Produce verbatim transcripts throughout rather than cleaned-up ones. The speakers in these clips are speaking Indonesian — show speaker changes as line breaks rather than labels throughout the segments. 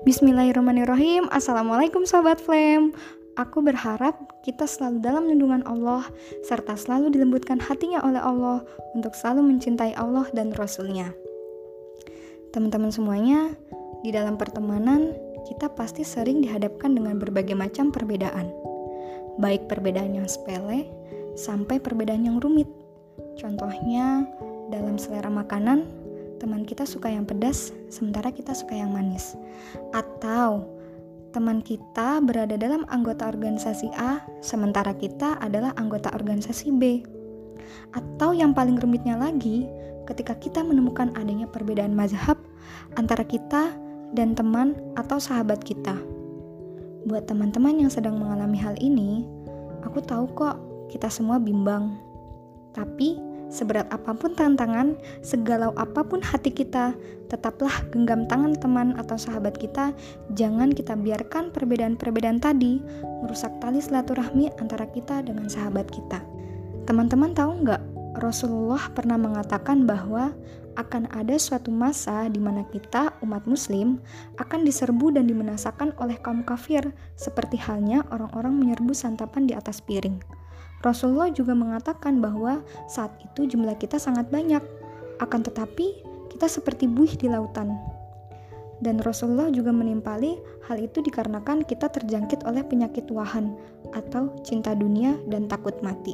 Bismillahirrahmanirrahim. Assalamualaikum Sobat Flame. Aku berharap kita selalu dalam lindungan Allah, serta selalu dilembutkan hatinya oleh Allah untuk selalu mencintai Allah dan Rasul-Nya. Teman-teman semuanya, di dalam pertemanan, kita pasti sering dihadapkan dengan berbagai macam perbedaan. Baik perbedaan yang sepele, sampai perbedaan yang rumit. Contohnya, dalam selera makanan, teman kita suka yang pedas, sementara kita suka yang manis. Atau teman kita berada dalam anggota organisasi A, sementara kita adalah anggota organisasi B. Atau yang paling rumitnya lagi, ketika kita menemukan adanya perbedaan mazhab antara kita dan teman atau sahabat kita. Buat teman-teman yang sedang mengalami hal ini, aku tahu kok kita semua bimbang. Tapi seberat apapun tantangan, segalau apapun hati kita, tetaplah genggam tangan teman atau sahabat kita. Jangan kita biarkan perbedaan-perbedaan tadi merusak tali silaturahmi antara kita dengan sahabat kita. Teman-teman tahu nggak, Rasulullah pernah mengatakan bahwa akan ada suatu masa di mana kita, umat muslim, akan diserbu dan dimenasakan oleh kaum kafir, seperti halnya orang-orang menyerbu santapan di atas piring. Rasulullah juga mengatakan bahwa saat itu jumlah kita sangat banyak, akan tetapi kita seperti buih di lautan. Dan Rasulullah juga menimpali hal itu dikarenakan kita terjangkit oleh penyakit wahan atau cinta dunia dan takut mati.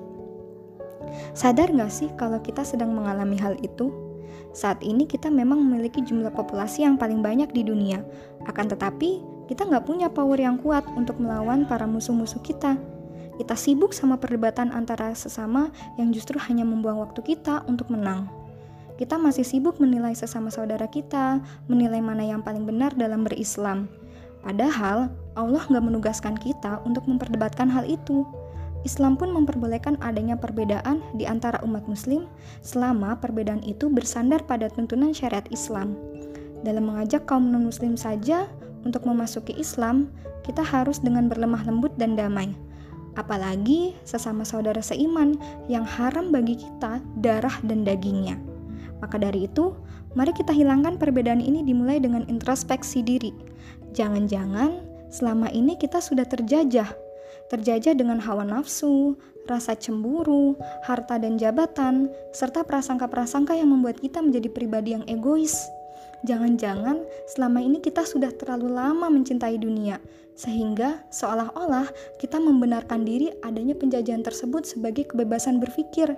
Sadar gak sih kalau kita sedang mengalami hal itu? Saat ini kita memang memiliki jumlah populasi yang paling banyak di dunia, akan tetapi kita gak punya power yang kuat untuk melawan para musuh-musuh kita. Kita sibuk sama perdebatan antara sesama yang justru hanya membuang waktu kita untuk menang. Kita masih sibuk menilai sesama saudara kita, menilai mana yang paling benar dalam berislam. Padahal Allah gak menugaskan kita untuk memperdebatkan hal itu. Islam pun memperbolehkan adanya perbedaan di antara umat muslim selama perbedaan itu bersandar pada tuntunan syariat Islam. Dalam mengajak kaum non-muslim saja untuk memasuki Islam, kita harus dengan berlemah lembut dan damai. Apalagi sesama saudara seiman yang haram bagi kita darah dan dagingnya. Maka dari itu, mari kita hilangkan perbedaan ini dimulai dengan introspeksi diri. Jangan-jangan selama ini kita sudah terjajah. Terjajah dengan hawa nafsu, rasa cemburu, harta dan jabatan, serta prasangka-prasangka yang membuat kita menjadi pribadi yang egois. Jangan-jangan selama ini kita sudah terlalu lama mencintai dunia, sehingga seolah-olah kita membenarkan diri adanya penjajahan tersebut sebagai kebebasan berpikir.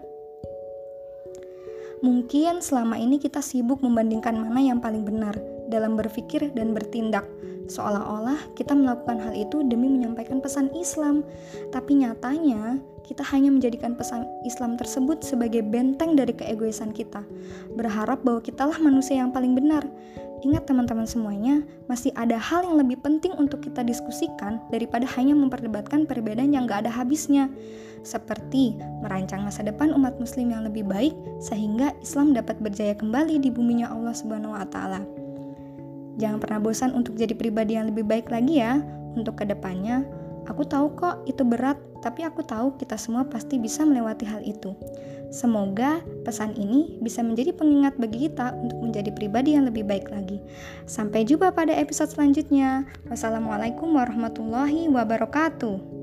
Mungkin selama ini kita sibuk membandingkan mana yang paling benar dalam berpikir dan bertindak, seolah-olah kita melakukan hal itu demi menyampaikan pesan Islam, tapi nyatanya kita hanya menjadikan pesan Islam tersebut sebagai benteng dari keegoisan kita, berharap bahwa kitalah manusia yang paling benar. Ingat teman-teman semuanya, masih ada hal yang lebih penting untuk kita diskusikan daripada hanya memperdebatkan perbedaan yang gak ada habisnya, seperti merancang masa depan umat muslim yang lebih baik sehingga Islam dapat berjaya kembali di buminya Allah Subhanahu wa taala. Jangan pernah bosan untuk jadi pribadi yang lebih baik lagi ya untuk kedepannya. Aku tahu kok itu berat, tapi aku tahu kita semua pasti bisa melewati hal itu. Semoga pesan ini bisa menjadi pengingat bagi kita untuk menjadi pribadi yang lebih baik lagi. Sampai jumpa pada episode selanjutnya. Wassalamualaikum warahmatullahi wabarakatuh.